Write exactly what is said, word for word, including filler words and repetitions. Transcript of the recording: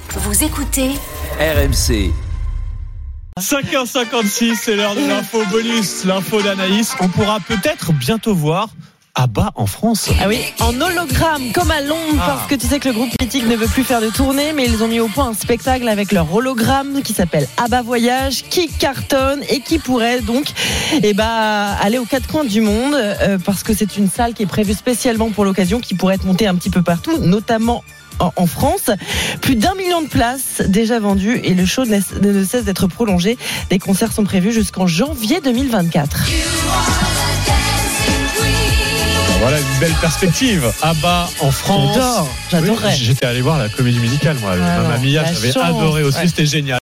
Vous écoutez R M C. cinq heures cinquante-six, c'est l'heure de l'info bonus, l'info d'Anaïs. On pourra peut-être bientôt voir ABBA en France. Ah oui, en hologramme, comme à Londres, Ah. parce que tu sais que le groupe mythique ne veut plus faire de tournée, mais ils ont mis au point un spectacle avec leur hologramme qui s'appelle ABBA Voyage, qui cartonne et qui pourrait donc eh ben, aller aux quatre coins du monde, euh, parce que c'est une salle qui est prévue spécialement pour l'occasion, qui pourrait être montée un petit peu partout, notamment en France. Plus d'un million de places déjà vendues et le show ne cesse d'être prolongé. Des concerts sont prévus jusqu'en janvier deux mille vingt-quatre. Voilà une belle perspective. ABBA en France. J'adore, j'adorerais. Oui, j'étais allé voir la comédie musicale, moi. Ah Mamma non, Mia, la j'avais chance. adoré aussi, Ouais. c'était génial.